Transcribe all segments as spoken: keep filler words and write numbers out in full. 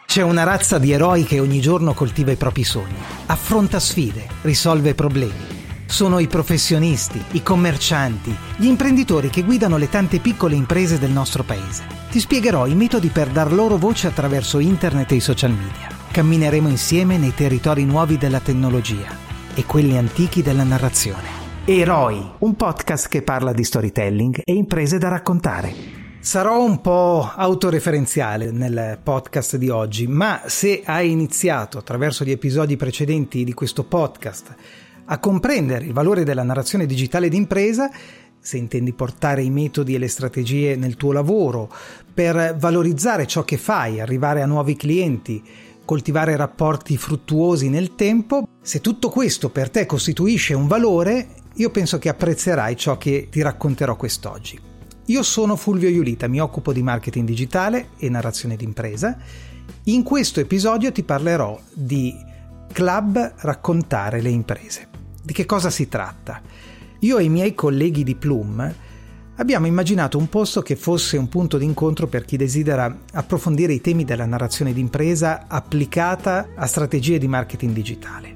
C'è una razza di eroi che ogni giorno coltiva i propri sogni, affronta sfide, risolve problemi. Sono i professionisti, i commercianti, gli imprenditori che guidano le tante piccole imprese del nostro paese. Ti spiegherò i metodi per dar loro voce attraverso internet e i social media. Cammineremo insieme nei territori nuovi della tecnologia e quelli antichi della narrazione. Eroi, un podcast che parla di storytelling e imprese da raccontare. Sarò un po' autoreferenziale nel podcast di oggi, ma se hai iniziato attraverso gli episodi precedenti di questo podcast a comprendere il valore della narrazione digitale d'impresa, se intendi portare i metodi e le strategie nel tuo lavoro per valorizzare ciò che fai, arrivare a nuovi clienti, coltivare rapporti fruttuosi nel tempo, se tutto questo per te costituisce un valore, io penso che apprezzerai ciò che ti racconterò quest'oggi. Io sono Fulvio Iulita, mi occupo di marketing digitale e narrazione d'impresa. In questo episodio ti parlerò di Club Raccontare le Imprese. Di che cosa si tratta? Io e i miei colleghi di Plum abbiamo immaginato un posto che fosse un punto d'incontro per chi desidera approfondire i temi della narrazione d'impresa applicata a strategie di marketing digitale.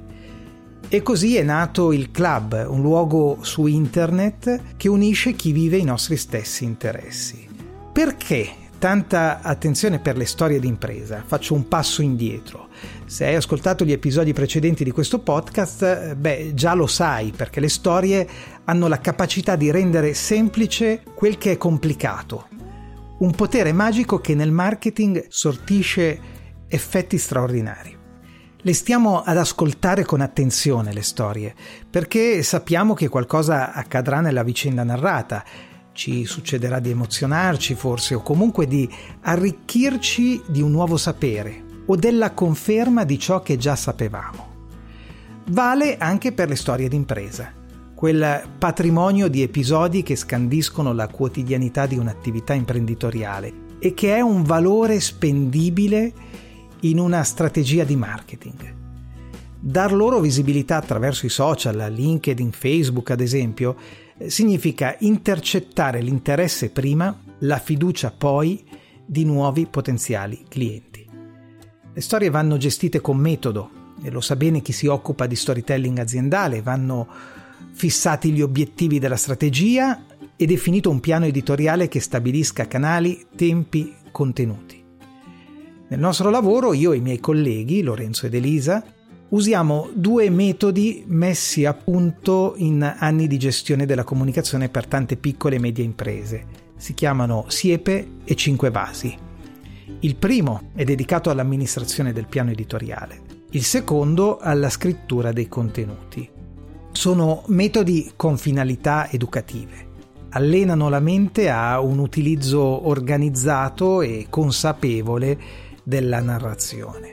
E così è nato il Club, un luogo su internet che unisce chi vive i nostri stessi interessi. Perché tanta attenzione per le storie d'impresa? Faccio un passo indietro. Se hai ascoltato gli episodi precedenti di questo podcast, beh, già lo sai, perché le storie hanno la capacità di rendere semplice quel che è complicato. Un potere magico che nel marketing sortisce effetti straordinari. Le stiamo ad ascoltare con attenzione le storie, perché sappiamo che qualcosa accadrà nella vicenda narrata. Ci succederà di emozionarci forse, o comunque di arricchirci di un nuovo sapere, o della conferma di ciò che già sapevamo. Vale anche per le storie d'impresa, quel patrimonio di episodi che scandiscono la quotidianità di un'attività imprenditoriale e che è un valore spendibile in una strategia di marketing. Dar loro visibilità attraverso i social, LinkedIn, Facebook ad esempio, significa intercettare l'interesse prima, la fiducia poi di nuovi potenziali clienti. Le storie vanno gestite con metodo, e lo sa bene chi si occupa di storytelling aziendale, vanno fissati gli obiettivi della strategia e definito un piano editoriale che stabilisca canali, tempi, contenuti. Nel nostro lavoro io e i miei colleghi, Lorenzo ed Elisa, usiamo due metodi messi a punto in anni di gestione della comunicazione per tante piccole e medie imprese. Si chiamano Siepe e Cinque Vasi. Il primo è dedicato all'amministrazione del piano editoriale, il secondo alla scrittura dei contenuti. Sono metodi con finalità educative. Allenano la mente a un utilizzo organizzato e consapevole della narrazione.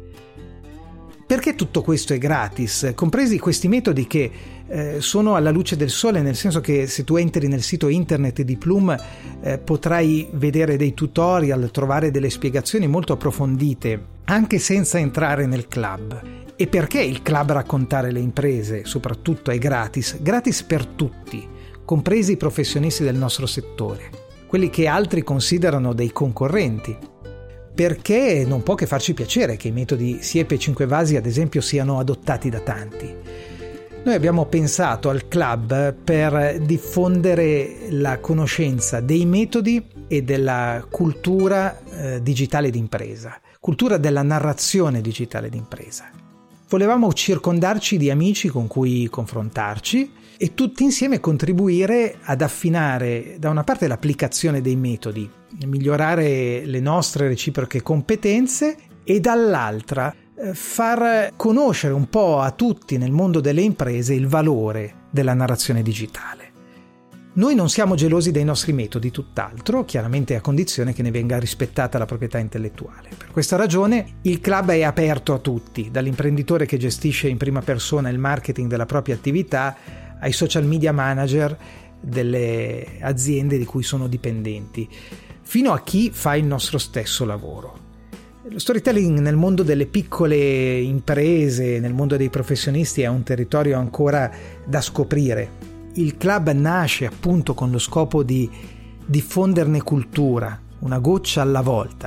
Perché tutto questo è gratis, compresi questi metodi che eh, sono alla luce del sole, nel senso che se tu entri nel sito internet di Plum eh, potrai vedere dei tutorial, trovare delle spiegazioni molto approfondite, anche senza entrare nel club. E perché il Club Raccontare le Imprese soprattutto è gratis? Gratis per tutti, compresi i professionisti del nostro settore, quelli che altri considerano dei concorrenti. Perché non può che farci piacere che i metodi Siepe e Cinque Vasi ad esempio siano adottati da tanti. Noi abbiamo pensato al club per diffondere la conoscenza dei metodi e della cultura eh, digitale d'impresa, cultura della narrazione digitale d'impresa. Volevamo circondarci di amici con cui confrontarci e tutti insieme contribuire ad affinare da una parte l'applicazione dei metodi, migliorare le nostre reciproche competenze e dall'altra eh, far conoscere un po' a tutti nel mondo delle imprese il valore della narrazione digitale. Noi non siamo gelosi dei nostri metodi, tutt'altro, chiaramente a condizione che ne venga rispettata la proprietà intellettuale. Per questa ragione il club è aperto a tutti, dall'imprenditore che gestisce in prima persona il marketing della propria attività ai social media manager delle aziende di cui sono dipendenti, fino a chi fa il nostro stesso lavoro. Lo storytelling nel mondo delle piccole imprese, nel mondo dei professionisti è un territorio ancora da scoprire. Il club nasce appunto con lo scopo di diffonderne cultura, una goccia alla volta,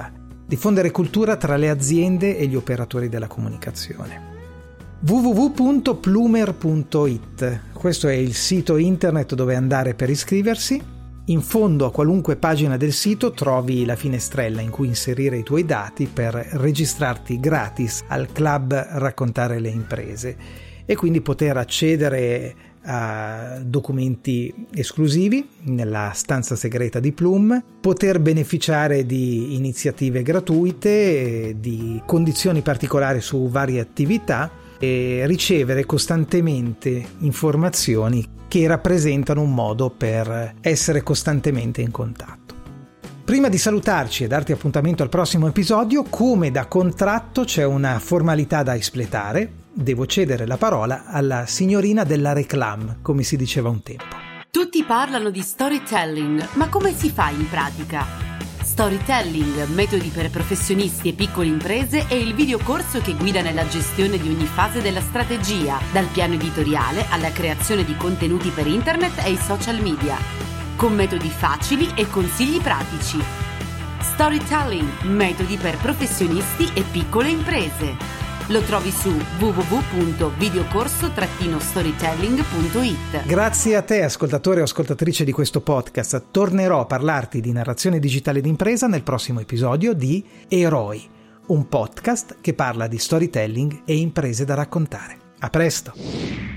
diffondere cultura tra le aziende e gli operatori della comunicazione. w w w punto plumer punto i t, questo è il sito internet dove andare per iscriversi. In fondo a qualunque pagina del sito trovi la finestrella in cui inserire i tuoi dati per registrarti gratis al club Raccontare le imprese e quindi poter accedere a documenti esclusivi nella stanza segreta di Plum, poter beneficiare di iniziative gratuite, di condizioni particolari su varie attività e ricevere costantemente informazioni che rappresentano un modo per essere costantemente in contatto. Prima di salutarci e darti appuntamento al prossimo episodio, come da contratto c'è una formalità da espletare. Devo cedere la parola alla signorina della réclame, come si diceva un tempo. Tutti parlano di storytelling, ma come si fa in pratica? Storytelling, metodi per professionisti e piccole imprese, è il videocorso che guida nella gestione di ogni fase della strategia, dal piano editoriale alla creazione di contenuti per internet e i social media, con metodi facili e consigli pratici. Storytelling, metodi per professionisti e piccole imprese. Lo trovi su w w w punto videocorso storytelling punto i t. Grazie a te, ascoltatore o ascoltatrice di questo podcast. Tornerò a parlarti di narrazione digitale d'impresa nel prossimo episodio di Eroi, un podcast che parla di storytelling e imprese da raccontare. A presto!